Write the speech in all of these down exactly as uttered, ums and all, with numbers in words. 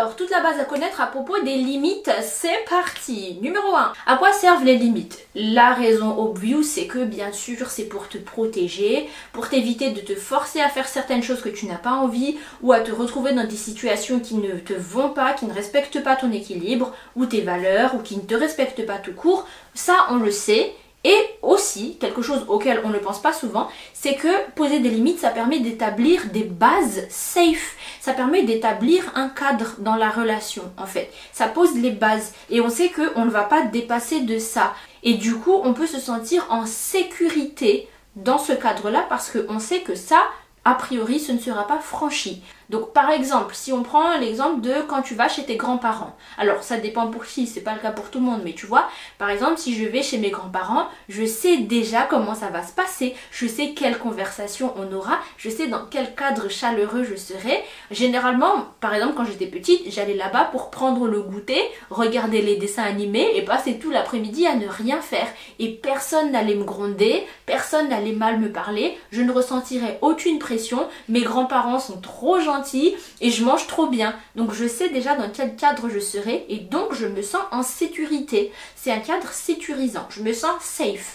Alors, toute la base à connaître à propos des limites, c'est parti. Numéro un. À quoi servent les limites? La raison obvious, c'est que bien sûr, c'est pour te protéger, pour t'éviter de te forcer à faire certaines choses que tu n'as pas envie, ou à te retrouver dans des situations qui ne te vont pas, qui ne respectent pas ton équilibre, ou tes valeurs, ou qui ne te respectent pas tout court. Ça, on le sait. Et aussi, quelque chose auquel on ne pense pas souvent, c'est que poser des limites, ça permet d'établir des bases safe. Ça permet d'établir un cadre dans la relation, en fait. Ça pose les bases et on sait qu'on ne va pas dépasser de ça. Et du coup, on peut se sentir en sécurité dans ce cadre-là parce qu'on sait que ça, a priori, ce ne sera pas franchi. Donc par exemple, si on prend l'exemple de quand tu vas chez tes grands-parents. Alors ça dépend pour qui, c'est pas le cas pour tout le monde, mais tu vois, par exemple, si je vais chez mes grands-parents, je sais déjà comment ça va se passer, je sais quelle conversation on aura, je sais dans quel cadre chaleureux je serai. Généralement, par exemple, quand j'étais petite, j'allais là-bas pour prendre le goûter, regarder les dessins animés et passer tout l'après-midi à ne rien faire. Et personne n'allait me gronder, personne n'allait mal me parler, je ne ressentirais aucune pression, mes grands-parents sont trop gentils et je mange trop bien. Donc je sais déjà dans quel cadre je serai et donc je me sens en sécurité. C'est un cadre sécurisant, je me sens safe.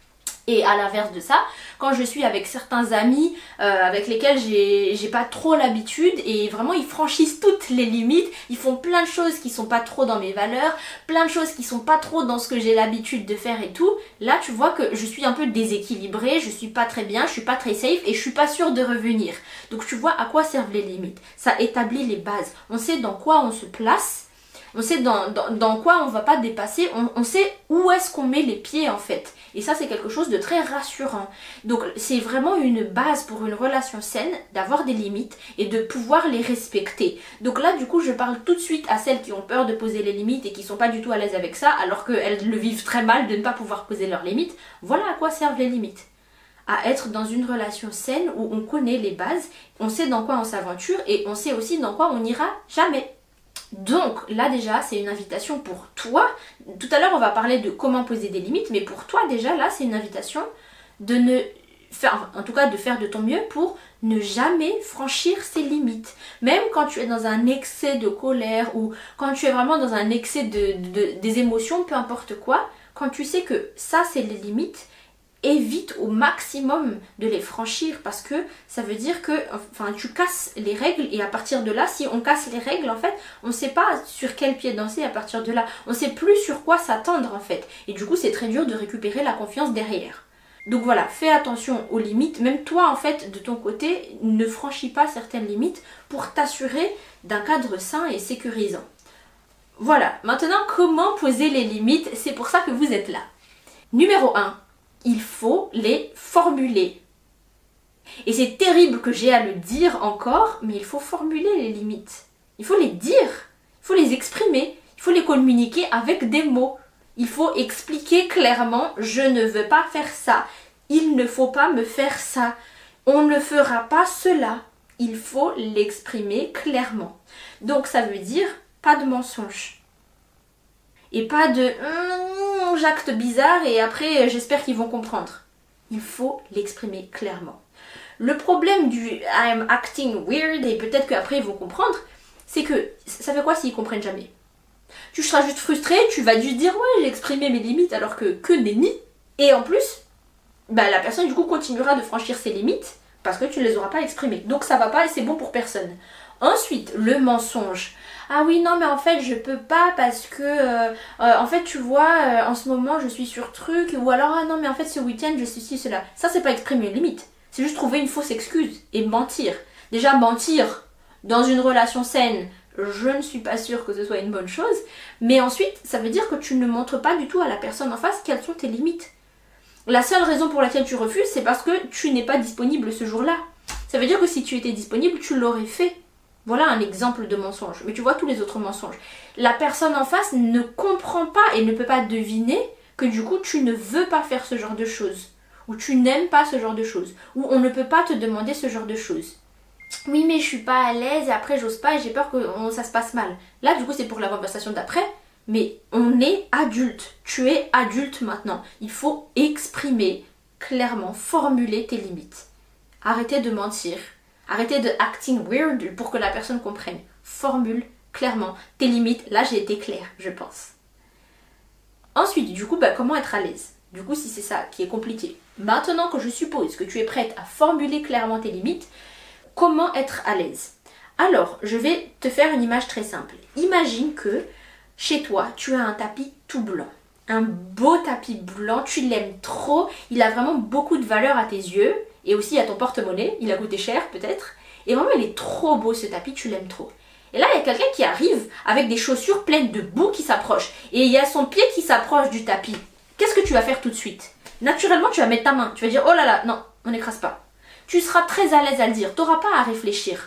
Et à l'inverse de ça, quand je suis avec certains amis euh, avec lesquels j'ai j'ai pas trop l'habitude et vraiment ils franchissent toutes les limites, ils font plein de choses qui sont pas trop dans mes valeurs, plein de choses qui sont pas trop dans ce que j'ai l'habitude de faire et tout, là tu vois que je suis un peu déséquilibrée, je suis pas très bien, je suis pas très safe et je suis pas sûre de revenir. Donc tu vois à quoi servent les limites. Ça établit les bases, on sait dans quoi on se place. On sait dans, dans, dans quoi on va pas dépasser, on, on sait où est-ce qu'on met les pieds en fait. Et ça c'est quelque chose de très rassurant. Donc c'est vraiment une base pour une relation saine d'avoir des limites et de pouvoir les respecter. Donc là du coup je parle tout de suite à celles qui ont peur de poser les limites et qui sont pas du tout à l'aise avec ça alors qu'elles le vivent très mal de ne pas pouvoir poser leurs limites. Voilà à quoi servent les limites. À être dans une relation saine où on connaît les bases, on sait dans quoi on s'aventure et on sait aussi dans quoi on n'ira jamais. Donc là déjà c'est une invitation pour toi. Tout à l'heure on va parler de comment poser des limites, mais pour toi déjà là c'est une invitation de ne faire, en tout cas de faire de ton mieux pour ne jamais franchir ses limites. Même quand tu es dans un excès de colère ou quand tu es vraiment dans un excès de, de, des émotions, peu importe quoi, quand tu sais que ça c'est les limites, évite au maximum de les franchir parce que ça veut dire que enfin tu casses les règles et à partir de là si on casse les règles en fait on ne sait pas sur quel pied danser à partir de là, on ne sait plus sur quoi s'attendre en fait et du coup c'est très dur de récupérer la confiance derrière. Donc voilà, fais attention aux limites, même toi en fait de ton côté ne franchis pas certaines limites pour t'assurer d'un cadre sain et sécurisant. Voilà, maintenant comment poser les limites, c'est pour ça que vous êtes là. Numéro un. Il faut les formuler. Et c'est terrible que j'ai à le dire encore, mais il faut formuler les limites. Il faut les dire, il faut les exprimer, il faut les communiquer avec des mots. Il faut expliquer clairement, je ne veux pas faire ça, il ne faut pas me faire ça, on ne fera pas cela. Il faut l'exprimer clairement. Donc ça veut dire pas de mensonges. Et pas de hum, j'acte bizarre et après j'espère qu'ils vont comprendre. Il faut l'exprimer clairement. Le problème du I'm acting weird et peut-être qu'après ils vont comprendre, c'est que ça fait quoi s'ils comprennent jamais? Tu seras juste frustré, tu vas juste dire ouais j'ai exprimé mes limites alors que que nenni. Et en plus, bah, la personne du coup continuera de franchir ses limites parce que tu ne les auras pas exprimées. Donc ça va pas et c'est bon pour personne. Ensuite, le mensonge. Ah oui, non, mais en fait, je peux pas parce que, euh, euh, en fait, tu vois, euh, en ce moment, je suis sur truc. Ou alors, ah non, mais en fait, ce week-end, je suis ci, cela. Ça, c'est pas exprimer une limite. C'est juste trouver une fausse excuse et mentir. Déjà, mentir dans une relation saine, je ne suis pas sûre que ce soit une bonne chose. Mais ensuite, ça veut dire que tu ne montres pas du tout à la personne en face quelles sont tes limites. La seule raison pour laquelle tu refuses, c'est parce que tu n'es pas disponible ce jour-là. Ça veut dire que si tu étais disponible, tu l'aurais fait. Voilà un exemple de mensonge. Mais tu vois tous les autres mensonges. La personne en face ne comprend pas et ne peut pas deviner que du coup tu ne veux pas faire ce genre de choses. Ou tu n'aimes pas ce genre de choses. Ou on ne peut pas te demander ce genre de choses. Oui mais je suis pas à l'aise et après j'ose pas et j'ai peur que on, ça se passe mal. Là du coup c'est pour la conversation d'après. Mais on est adulte. Tu es adulte maintenant. Il faut exprimer clairement, formuler tes limites. Arrêtez de mentir. Arrêtez de acting weird pour que la personne comprenne. Formule clairement tes limites. Là, j'ai été claire, je pense. Ensuite, du coup, bah, comment être à l'aise? Du coup, si c'est ça qui est compliqué. Maintenant que je suppose que tu es prête à formuler clairement tes limites, comment être à l'aise? Alors, je vais te faire une image très simple. Imagine que chez toi, tu as un tapis tout blanc. Un beau tapis blanc, tu l'aimes trop, il a vraiment beaucoup de valeur à tes yeux et aussi à ton porte-monnaie, il a coûté cher peut-être. Et vraiment, il est trop beau ce tapis, tu l'aimes trop. Et là, il y a quelqu'un qui arrive avec des chaussures pleines de boue qui s'approche. Et il y a son pied qui s'approche du tapis. Qu'est-ce que tu vas faire tout de suite? Naturellement, tu vas mettre ta main. Tu vas dire, oh là là, non, on n'écrase pas. Tu seras très à l'aise à le dire. Tu n'auras pas à réfléchir.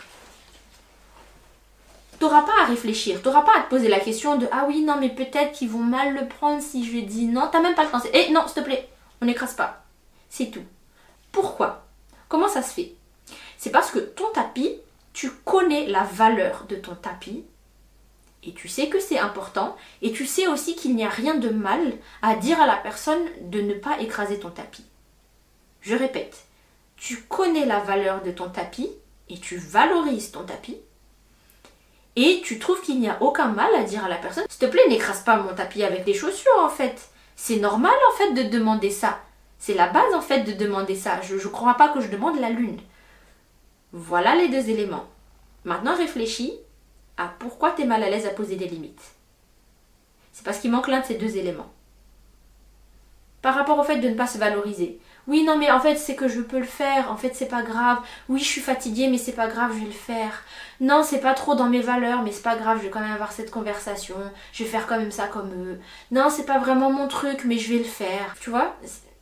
Tu n'auras pas à réfléchir. Tu n'auras pas à te poser la question de, ah oui, non, mais peut-être qu'ils vont mal le prendre si je dis non. Tu n'as même pas le temps. Eh non, s'il te plaît, on n'écrase pas. C'est tout. Pourquoi? Comment ça se fait? C'est parce que ton tapis, tu connais la valeur de ton tapis et tu sais que c'est important et tu sais aussi qu'il n'y a rien de mal à dire à la personne de ne pas écraser ton tapis. Je répète, tu connais la valeur de ton tapis et tu valorises ton tapis et tu trouves qu'il n'y a aucun mal à dire à la personne, s'il te plaît, n'écrase pas mon tapis avec des chaussures en fait. C'est normal en fait de demander ça. C'est la base en fait de demander ça. Je ne crois pas que je demande la lune. Voilà les deux éléments. Maintenant, réfléchis à pourquoi tu es mal à l'aise à poser des limites. C'est parce qu'il manque l'un de ces deux éléments. Par rapport au fait de ne pas se valoriser. Oui, non, mais en fait, c'est que je peux le faire. En fait, c'est pas grave. Oui, je suis fatiguée, mais c'est pas grave, je vais le faire. Non, c'est pas trop dans mes valeurs, mais c'est pas grave, je vais quand même avoir cette conversation. Je vais faire quand même ça comme eux. Non, c'est pas vraiment mon truc, mais je vais le faire. Tu vois?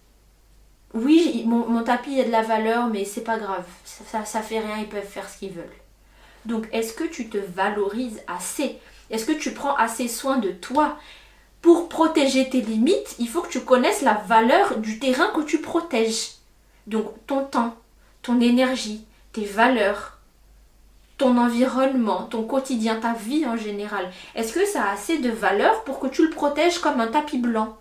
Oui, mon, mon tapis a de la valeur, mais c'est pas grave. Ça, ça, ça fait rien, ils peuvent faire ce qu'ils veulent. Donc, est-ce que tu te valorises assez? Est-ce que tu prends assez soin de toi? Pour protéger tes limites, il faut que tu connaisses la valeur du terrain que tu protèges. Donc, ton temps, ton énergie, tes valeurs, ton environnement, ton quotidien, ta vie en général. Est-ce que ça a assez de valeur pour que tu le protèges comme un tapis blanc?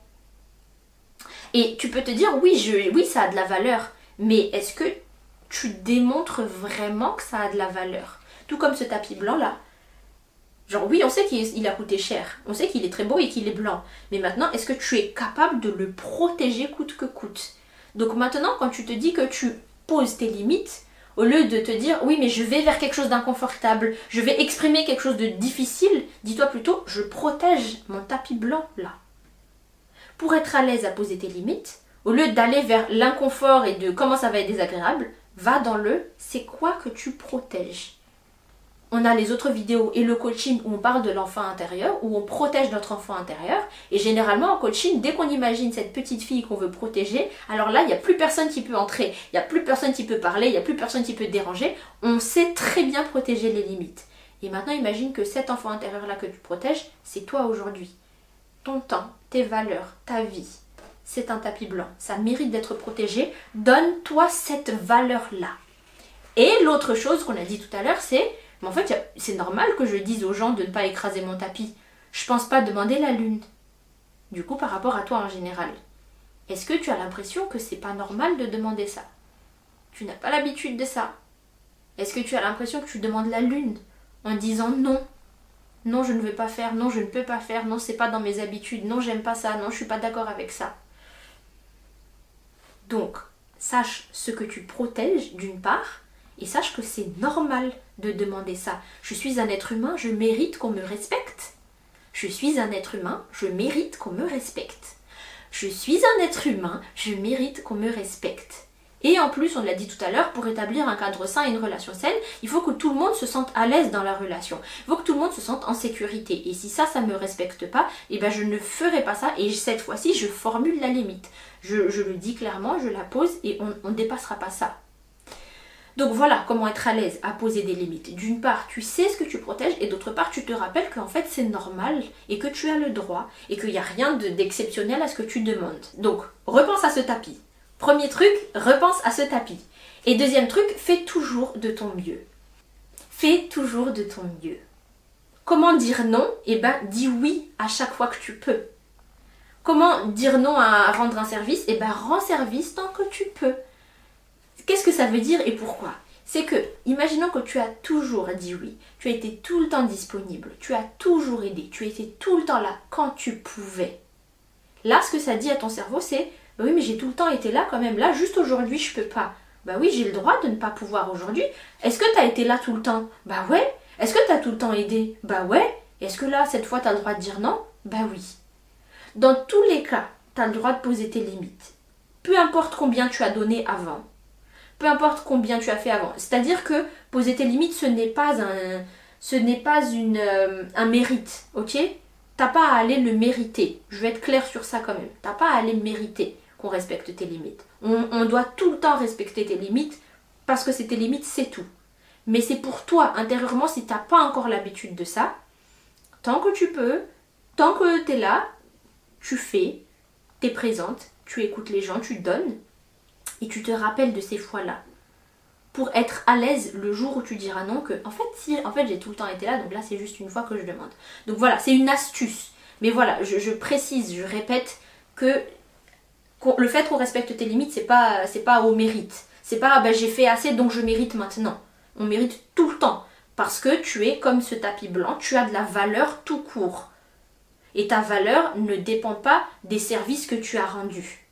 Et tu peux te dire, oui, je, oui, ça a de la valeur. Mais est-ce que tu démontres vraiment que ça a de la valeur? Tout comme ce tapis blanc là. Genre oui, on sait qu'il a coûté cher. On sait qu'il est très beau et qu'il est blanc. Mais maintenant, est-ce que tu es capable de le protéger coûte que coûte? Donc maintenant, quand tu te dis que tu poses tes limites, au lieu de te dire, oui, mais je vais vers quelque chose d'inconfortable, je vais exprimer quelque chose de difficile, dis-toi plutôt, je protège mon tapis blanc là. Pour être à l'aise à poser tes limites, au lieu d'aller vers l'inconfort et de comment ça va être désagréable, va dans le c'est quoi que tu protèges. On a les autres vidéos et le coaching où on parle de l'enfant intérieur, où on protège notre enfant intérieur. Et généralement en coaching, dès qu'on imagine cette petite fille qu'on veut protéger, alors là, il n'y a plus personne qui peut entrer, il n'y a plus personne qui peut parler, il n'y a plus personne qui peut déranger. On sait très bien protéger les limites. Et maintenant, imagine que cet enfant intérieur-là que tu protèges, c'est toi aujourd'hui. Ton temps, tes valeurs, ta vie, c'est un tapis blanc. Ça mérite d'être protégé. Donne-toi cette valeur-là. Et l'autre chose qu'on a dit tout à l'heure, c'est... Mais en fait, c'est normal que je dise aux gens de ne pas écraser mon tapis. Je pense pas demander la lune. Du coup, par rapport à toi en général, est-ce que tu as l'impression que c'est pas normal de demander ça? Tu n'as pas l'habitude de ça. Est-ce que tu as l'impression que tu demandes la lune en disant non? Non, je ne veux pas faire. Non, je ne peux pas faire. Non, c'est pas dans mes habitudes. Non, j'aime pas ça. Non, je suis pas d'accord avec ça. Donc, sache ce que tu protèges d'une part. Et sache que c'est normal de demander ça. Je suis un être humain, je mérite qu'on me respecte. Je suis un être humain, je mérite qu'on me respecte. Je suis un être humain, je mérite qu'on me respecte. Et en plus, on l'a dit tout à l'heure, pour établir un cadre sain et une relation saine, il faut que tout le monde se sente à l'aise dans la relation. Il faut que tout le monde se sente en sécurité. Et si ça, ça ne me respecte pas, eh ben je ne ferai pas ça. Et cette fois-ci, je formule la limite. Je, je le dis clairement, je la pose et on ne dépassera pas ça. Donc voilà comment être à l'aise à poser des limites. D'une part, tu sais ce que tu protèges et d'autre part, tu te rappelles qu'en fait c'est normal et que tu as le droit et qu'il n'y a rien de, d'exceptionnel à ce que tu demandes. Donc, repense à ce tapis. Premier truc, repense à ce tapis. Et deuxième truc, fais toujours de ton mieux. Fais toujours de ton mieux. Comment dire non? Eh ben, dis oui à chaque fois que tu peux. Comment dire non à rendre un service? Eh ben, rends service tant que tu peux. Qu'est-ce que ça veut dire et pourquoi? c'est que, imaginons que tu as toujours dit oui, tu as été tout le temps disponible, tu as toujours aidé, tu étais tout le temps là quand tu pouvais. Là, ce que ça dit à ton cerveau, c'est bah oui, mais j'ai tout le temps été là quand même. Là, juste aujourd'hui, je peux pas. Bah oui, j'ai le droit de ne pas pouvoir aujourd'hui. Est-ce que tu as été là tout le temps? Bah ouais. Est-ce que tu as tout le temps aidé? Bah ouais. Est-ce que là, cette fois, tu as le droit de dire non? Bah oui. Dans tous les cas, tu as le droit de poser tes limites. Peu importe combien tu as donné avant. Peu importe combien tu as fait avant. C'est-à-dire que poser tes limites, ce n'est pas un, ce n'est pas une, euh, un mérite, ok? T'as pas à aller le mériter. Je vais être claire sur ça quand même. T'as pas à aller mériter qu'on respecte tes limites. On, on doit tout le temps respecter tes limites parce que c'est tes limites, c'est tout. Mais c'est pour toi, intérieurement, si t'as pas encore l'habitude de ça, tant que tu peux, tant que t'es là, tu fais, t'es présente, tu écoutes les gens, tu donnes et tu te rappelles de ces fois-là. Pour être à l'aise le jour où tu diras non, que en fait si en fait j'ai tout le temps été là, donc là c'est juste une fois que je demande. Donc voilà, c'est une astuce. Mais voilà, je, je précise, je répète que le fait qu'on respecte tes limites, c'est pas, c'est pas au mérite. C'est pas ben, j'ai fait assez donc je mérite maintenant. On mérite tout le temps. Parce que tu es comme ce tapis blanc, tu as de la valeur tout court. Et ta valeur ne dépend pas des services que tu as rendus.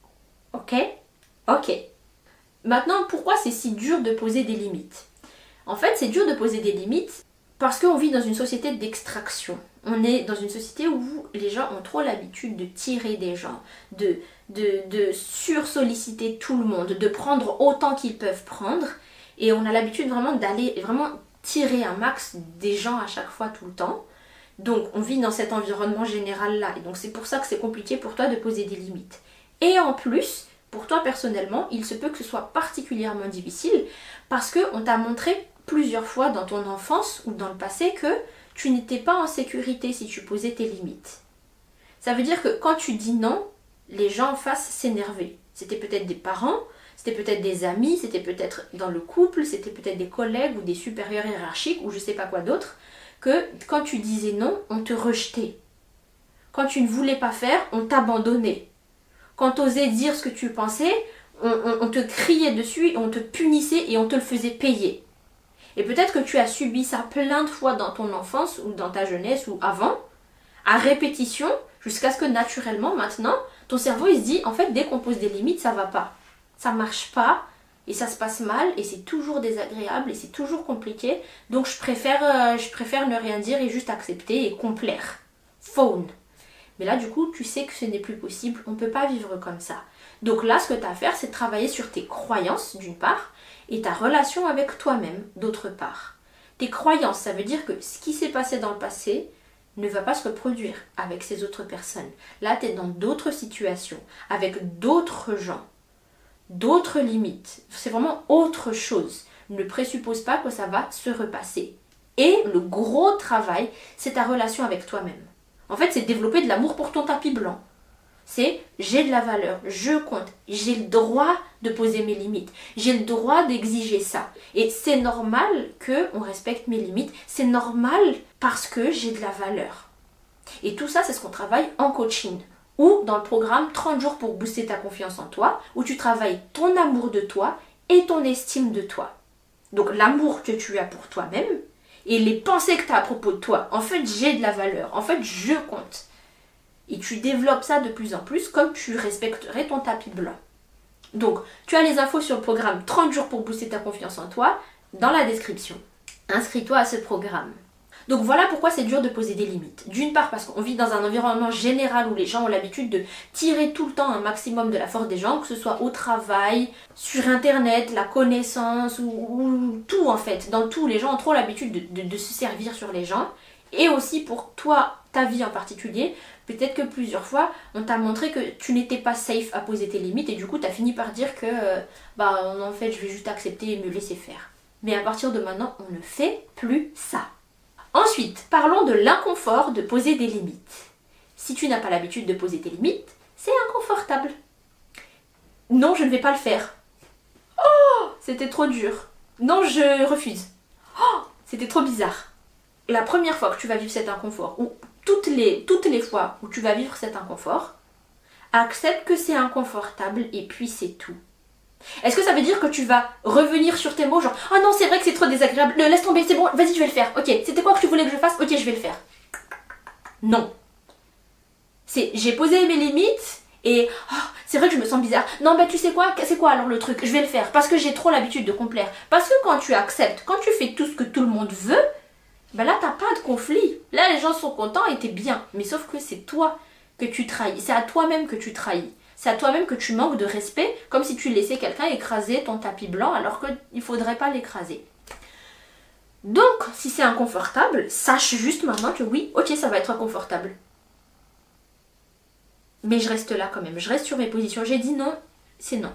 Ok? Ok. Maintenant, pourquoi c'est si dur de poser des limites? En fait, c'est dur de poser des limites parce qu'on vit dans une société d'extraction. On est dans une société où les gens ont trop l'habitude de tirer des gens, de, de, de sursolliciter tout le monde, de prendre autant qu'ils peuvent prendre. Et on a l'habitude vraiment d'aller vraiment tirer un max des gens à chaque fois, tout le temps. Donc, on vit dans cet environnement général-là. Et donc, c'est pour ça que c'est compliqué pour toi de poser des limites. Et en plus, pour toi personnellement, il se peut que ce soit particulièrement difficile parce qu'on t'a montré plusieurs fois dans ton enfance ou dans le passé que tu n'étais pas en sécurité si tu posais tes limites. Ça veut dire que quand tu dis non, les gens en face s'énervaient. C'était peut-être des parents, c'était peut-être des amis, c'était peut-être dans le couple, c'était peut-être des collègues ou des supérieurs hiérarchiques ou je sais pas quoi d'autre, que quand tu disais non, on te rejetait. Quand tu ne voulais pas faire, on t'abandonnait. Quand tu osais dire ce que tu pensais, on, on, on te criait dessus, on te punissait et on te le faisait payer. Et peut-être que tu as subi ça plein de fois dans ton enfance ou dans ta jeunesse ou avant, à répétition, jusqu'à ce que naturellement, maintenant, ton cerveau il se dit, en fait, dès qu'on pose des limites, ça va pas. Ça marche pas et ça se passe mal et c'est toujours désagréable et c'est toujours compliqué. Donc je préfère, euh, je préfère ne rien dire et juste accepter et complaire. Faune. Mais là, du coup, tu sais que ce n'est plus possible. On ne peut pas vivre comme ça. Donc là, ce que tu as à faire, c'est de travailler sur tes croyances, d'une part, et ta relation avec toi-même, d'autre part. Tes croyances, ça veut dire que ce qui s'est passé dans le passé ne va pas se reproduire avec ces autres personnes. Là, tu es dans d'autres situations, avec d'autres gens, d'autres limites. C'est vraiment autre chose. Ne présuppose pas que ça va se repasser. Et le gros travail, c'est ta relation avec toi-même. En fait, c'est développer de l'amour pour ton tapis blanc. C'est j'ai de la valeur, je compte, j'ai le droit de poser mes limites, j'ai le droit d'exiger ça. Et c'est normal qu'on respecte mes limites, c'est normal parce que j'ai de la valeur. Et tout ça, c'est ce qu'on travaille en coaching ou dans le programme trente jours pour booster ta confiance en toi, où tu travailles ton amour de toi et ton estime de toi. Donc l'amour que tu as pour toi-même, et les pensées que tu as à propos de toi. En fait, j'ai de la valeur. En fait, je compte. Et tu développes ça de plus en plus comme tu respecterais ton tapis blanc. Donc, tu as les infos sur le programme trente jours pour booster ta confiance en toi dans la description. Inscris-toi à ce programme. Donc voilà pourquoi c'est dur de poser des limites. D'une part parce qu'on vit dans un environnement général où les gens ont l'habitude de tirer tout le temps un maximum de la force des gens, que ce soit au travail, sur internet, la connaissance ou, ou tout en fait. Dans tout, les gens ont trop l'habitude de, de, de se servir sur les gens. Et aussi pour toi, ta vie en particulier, peut-être que plusieurs fois on t'a montré que tu n'étais pas safe à poser tes limites et du coup tu as fini par dire que euh, bah en fait je vais juste accepter et me laisser faire. Mais à partir de maintenant, on ne fait plus ça. Ensuite, parlons de l'inconfort de poser des limites. Si tu n'as pas l'habitude de poser tes limites, c'est inconfortable. Non, je ne vais pas le faire. Oh, c'était trop dur. Non, je refuse. Oh, c'était trop bizarre. La première fois que tu vas vivre cet inconfort, ou toutes les, toutes les fois où tu vas vivre cet inconfort, accepte que c'est inconfortable et puis c'est tout. Est-ce que ça veut dire que tu vas revenir sur tes mots, genre « Ah non, c'est vrai que c'est trop désagréable, le laisse tomber, c'est bon, vas-y, je vais le faire. Ok, c'était quoi que tu voulais que je fasse? Ok, je vais le faire. » Non. C'est « J'ai posé mes limites et oh, c'est vrai que je me sens bizarre. Non, bah tu sais quoi, c'est quoi alors le truc? Je vais le faire parce que j'ai trop l'habitude de complaire. » Parce que quand tu acceptes, quand tu fais tout ce que tout le monde veut, ben là, t'as pas de conflit. Là, les gens sont contents et t'es bien. Mais sauf que c'est toi que tu trahis. C'est à toi-même que tu trahis. C'est à toi-même que tu manques de respect, comme si tu laissais quelqu'un écraser ton tapis blanc alors qu'il ne faudrait pas l'écraser. Donc, si c'est inconfortable, sache juste maintenant que oui, ok, ça va être inconfortable. Mais je reste là quand même. Je reste sur mes positions. J'ai dit non, c'est non.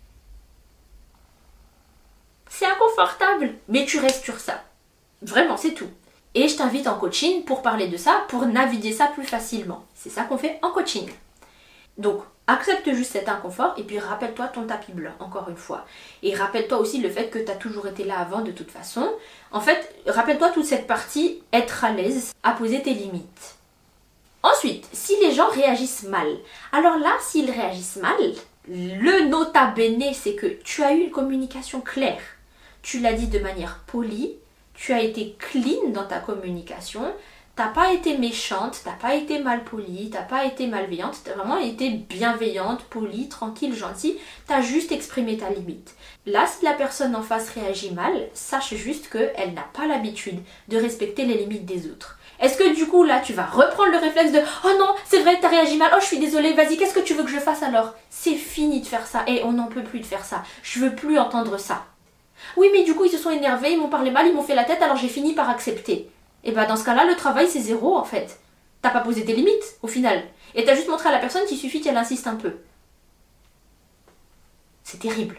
C'est inconfortable, mais tu restes sur ça. Vraiment, c'est tout. Et je t'invite en coaching pour parler de ça, pour naviguer ça plus facilement. C'est ça qu'on fait en coaching. Donc, accepte juste cet inconfort et puis rappelle-toi ton tapis blanc, encore une fois. Et rappelle-toi aussi le fait que tu as toujours été là avant de toute façon. En fait, rappelle-toi toute cette partie, être à l'aise, à poser tes limites. Ensuite, si les gens réagissent mal, alors là, s'ils réagissent mal, le nota bene, c'est que tu as eu une communication claire. Tu l'as dit de manière polie, tu as été clean dans ta communication, t'as pas été méchante, t'as pas été mal polie, t'as pas été malveillante, t'as vraiment été bienveillante, polie, tranquille, gentille, t'as juste exprimé ta limite. Là, si la personne en face réagit mal, sache juste qu'elle n'a pas l'habitude de respecter les limites des autres. Est-ce que du coup là tu vas reprendre le réflexe de « Oh non, c'est vrai, t'as réagi mal, oh je suis désolée, vas-y, qu'est-ce que tu veux que je fasse alors ?» C'est fini de faire ça, et on n'en peut plus de faire ça, je veux plus entendre ça. Oui mais du coup ils se sont énervés, ils m'ont parlé mal, ils m'ont fait la tête, alors j'ai fini par accepter. Et bah dans ce cas-là, le travail c'est zéro en fait. T'as pas posé tes limites au final. Et t'as juste montré à la personne qu'il suffit qu'elle insiste un peu. C'est terrible.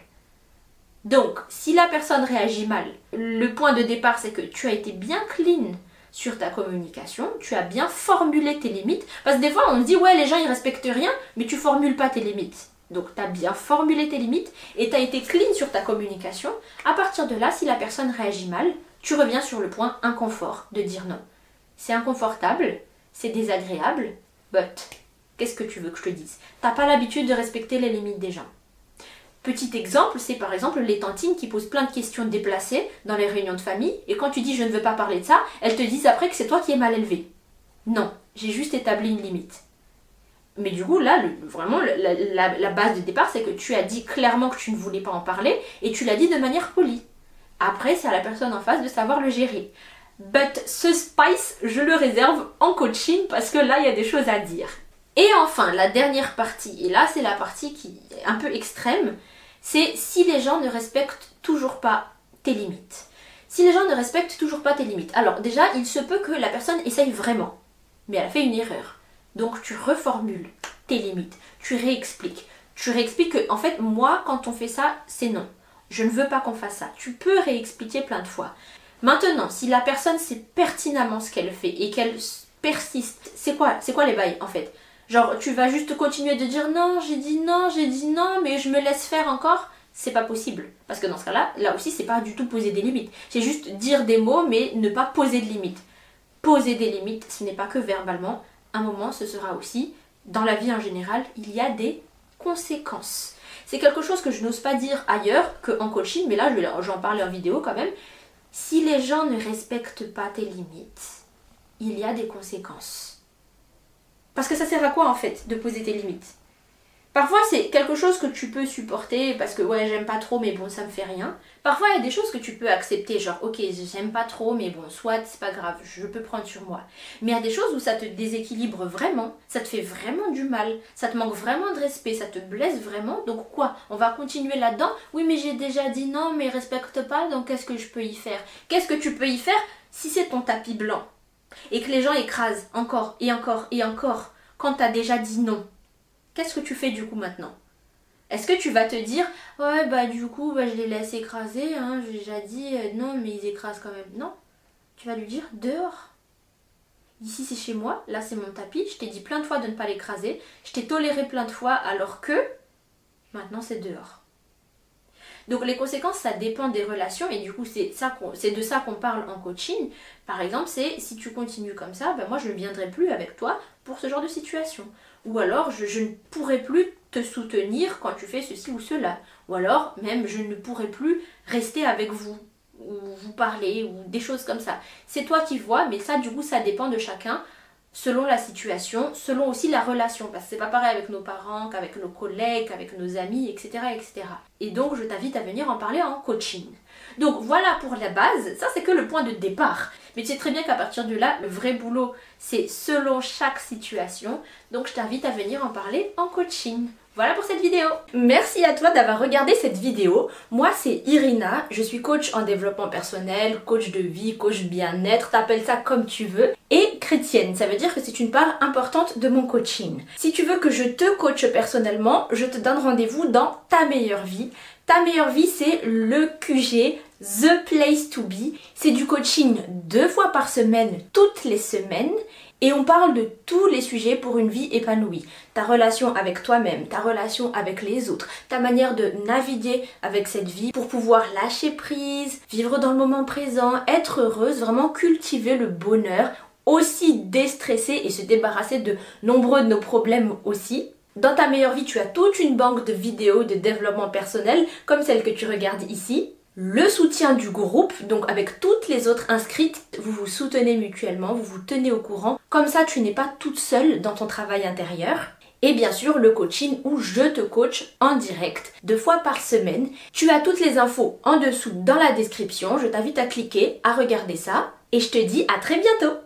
Donc, si la personne réagit mal, le point de départ c'est que tu as été bien clean sur ta communication, tu as bien formulé tes limites. Parce que des fois on se dit ouais les gens ils respectent rien, mais tu formules pas tes limites. Donc tu as bien formulé tes limites et tu as été clean sur ta communication. À partir de là, si la personne réagit mal, tu reviens sur le point inconfort de dire non. C'est inconfortable, c'est désagréable, but qu'est-ce que tu veux que je te dise? T'as pas l'habitude de respecter les limites des gens. Petit exemple, c'est par exemple les tantines qui posent plein de questions déplacées dans les réunions de famille et quand tu dis je ne veux pas parler de ça, elles te disent après que c'est toi qui es mal élevé. Non, j'ai juste établi une limite. Mais du coup, là, le, vraiment, la, la, la base de départ, c'est que tu as dit clairement que tu ne voulais pas en parler et tu l'as dit de manière polie. Après, c'est à la personne en face de savoir le gérer. But ce spice, je le réserve en coaching parce que là, il y a des choses à dire. Et enfin, la dernière partie, et là, c'est la partie qui est un peu extrême, c'est si les gens ne respectent toujours pas tes limites. Si les gens ne respectent toujours pas tes limites. Alors déjà, il se peut que la personne essaye vraiment, mais elle a fait une erreur. Donc tu reformules tes limites, tu réexpliques. Tu réexpliques que, en fait, moi, quand on fait ça, c'est non. Je ne veux pas qu'on fasse ça. Tu peux réexpliquer plein de fois. Maintenant, si la personne sait pertinemment ce qu'elle fait et qu'elle persiste, c'est quoi, c'est quoi les bails, en fait? Genre, tu vas juste continuer de dire non, j'ai dit non, j'ai dit non, mais je me laisse faire encore? C'est pas possible. Parce que dans ce cas-là, là aussi, c'est pas du tout poser des limites. C'est juste dire des mots, mais ne pas poser de limites. Poser des limites, ce n'est pas que verbalement. Un moment, ce sera aussi, dans la vie en général, il y a des conséquences. C'est quelque chose que je n'ose pas dire ailleurs qu'en coaching, mais là, j'en parlais en vidéo quand même. Si les gens ne respectent pas tes limites, il y a des conséquences. Parce que ça sert à quoi en fait de poser tes limites? Parfois c'est quelque chose que tu peux supporter parce que ouais j'aime pas trop mais bon ça me fait rien. Parfois il y a des choses que tu peux accepter genre ok j'aime pas trop mais bon soit c'est pas grave je peux prendre sur moi. Mais il y a des choses où ça te déséquilibre vraiment, ça te fait vraiment du mal, ça te manque vraiment de respect, ça te blesse vraiment donc quoi? On va continuer là-dedans? Oui mais j'ai déjà dit non mais respecte pas donc qu'est-ce que je peux y faire? Qu'est-ce que tu peux y faire si c'est ton tapis blanc? Et que les gens écrasent encore et encore et encore quand tu as déjà dit non. Qu'est-ce que tu fais du coup maintenant? Est-ce que tu vas te dire ouais bah du coup bah, je les laisse écraser, hein, j'ai déjà dit euh, non mais ils écrasent quand même. Non, tu vas lui dire dehors. Ici c'est chez moi, là c'est mon tapis, je t'ai dit plein de fois de ne pas l'écraser, je t'ai toléré plein de fois alors que maintenant c'est dehors. Donc les conséquences, ça dépend des relations et du coup c'est ça qu'on, c'est de ça qu'on parle en coaching. Par exemple, c'est si tu continues comme ça, ben moi je ne viendrai plus avec toi pour ce genre de situation. Ou alors je, je ne pourrai plus te soutenir quand tu fais ceci ou cela. Ou alors, même, je ne pourrai plus rester avec vous, ou vous parler, ou des choses comme ça. C'est toi qui vois, mais ça, du coup, ça dépend de chacun, selon la situation, selon aussi la relation. Parce que c'est pas pareil avec nos parents, qu'avec nos collègues, qu'avec nos amis, et cetera, et cetera. Et donc, je t'invite à venir en parler en coaching. Donc, voilà pour la base. Ça, c'est que le point de départ. Mais tu sais très bien qu'à partir de là, le vrai boulot, c'est selon chaque situation. Donc, je t'invite à venir en parler en coaching. Voilà pour cette vidéo. Merci à toi d'avoir regardé cette vidéo. Moi, c'est Irina. Je suis coach en développement personnel, coach de vie, coach bien-être. T'appelles ça comme tu veux. Et chrétienne. Ça veut dire que c'est une part importante de mon coaching. Si tu veux que je te coache personnellement, je te donne rendez-vous dans Ta Meilleure Vie. Ta Meilleure Vie, c'est le Q G, The Place to Be. C'est du coaching deux fois par semaine, toutes les semaines. Et on parle de tous les sujets pour une vie épanouie. Ta relation avec toi-même, ta relation avec les autres, ta manière de naviguer avec cette vie pour pouvoir lâcher prise, vivre dans le moment présent, être heureuse, vraiment cultiver le bonheur, aussi déstresser et se débarrasser de nombreux de nos problèmes aussi. Dans Ta Meilleure Vie, tu as toute une banque de vidéos de développement personnel comme celle que tu regardes ici. Le soutien du groupe, donc avec toutes les autres inscrites, vous vous soutenez mutuellement, vous vous tenez au courant. Comme ça, tu n'es pas toute seule dans ton travail intérieur. Et bien sûr, le coaching où je te coach en direct, deux fois par semaine. Tu as toutes les infos en dessous dans la description. Je t'invite à cliquer, à regarder ça. Et je te dis à très bientôt!